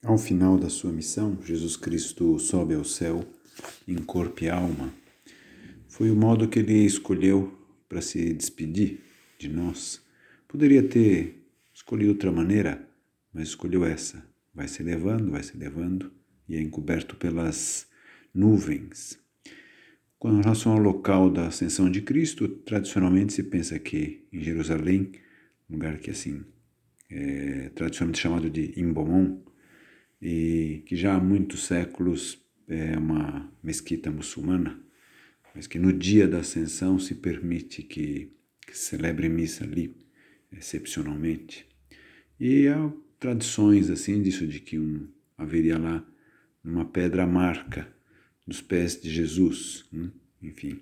Ao final da sua missão, Jesus Cristo sobe ao céu em corpo e alma. Foi o modo que ele escolheu para se despedir de nós. Poderia ter escolhido outra maneira, mas escolheu essa. Vai se elevando e é encoberto pelas nuvens. Com relação ao local da ascensão de Cristo, tradicionalmente se pensa que em Jerusalém, lugar que assim é tradicionalmente chamado de Imbomon, e que já há muitos séculos é uma mesquita muçulmana, mas que no dia da ascensão se permite que se celebre missa ali, excepcionalmente. E há tradições assim disso, de que haveria lá uma pedra marca dos pés de Jesus, enfim.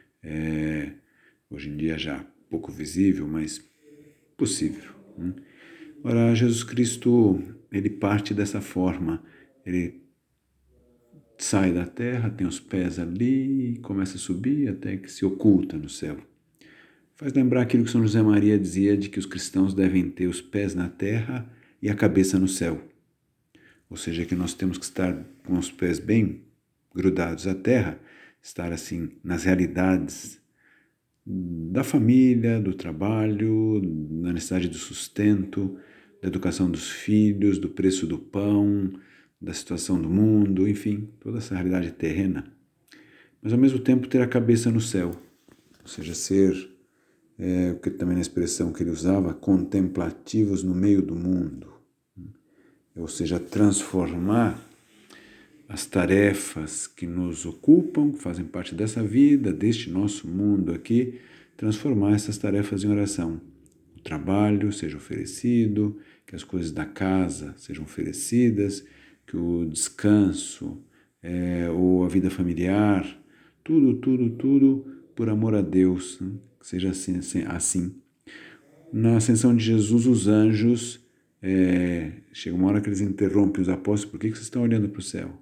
Hoje em dia já pouco visível, mas possível. Ora, Jesus Cristo, ele parte dessa forma, ele sai da terra, tem os pés ali, começa a subir até que se oculta no céu. Faz lembrar aquilo que São José Maria dizia, de que os cristãos devem ter os pés na terra e a cabeça no céu. Ou seja, que nós temos que estar com os pés bem grudados à terra, estar assim nas realidades da família, do trabalho, da necessidade do sustento, da educação dos filhos, do preço do pão, da situação do mundo, enfim, toda essa realidade terrena. Mas ao mesmo tempo ter a cabeça no céu, ou seja, ser, o que também na expressão que ele usava, contemplativos no meio do mundo. Ou seja, transformar as tarefas que nos ocupam, que fazem parte dessa vida, deste nosso mundo aqui, transformar essas tarefas em oração. O trabalho seja oferecido, que as coisas da casa sejam oferecidas, que o descanso ou a vida familiar, tudo por amor a Deus, que seja assim. Na ascensão de Jesus, os anjos, chega uma hora que eles interrompem os apóstolos: por que vocês estão olhando para o céu?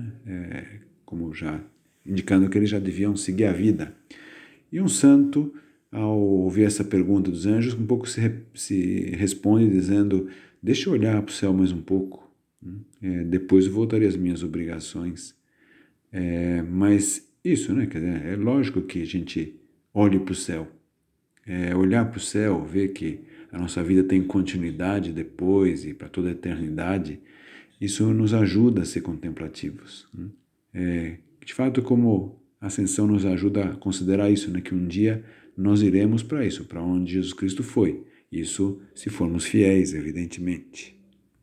Como já indicando que eles já deviam seguir a vida. E um santo, ao ouvir essa pergunta dos anjos, um pouco se responde dizendo: deixa eu olhar para o céu mais um pouco, depois eu voltarei às minhas obrigações. Mas isso, né? Quer dizer, é lógico que a gente olhe para o céu. Olhar para o céu, ver que a nossa vida tem continuidade depois e para toda a eternidade, isso nos ajuda a ser contemplativos. De fato, como a ascensão nos ajuda a considerar isso, né? Que um dia nós iremos para isso, para onde Jesus Cristo foi. Isso se formos fiéis, evidentemente.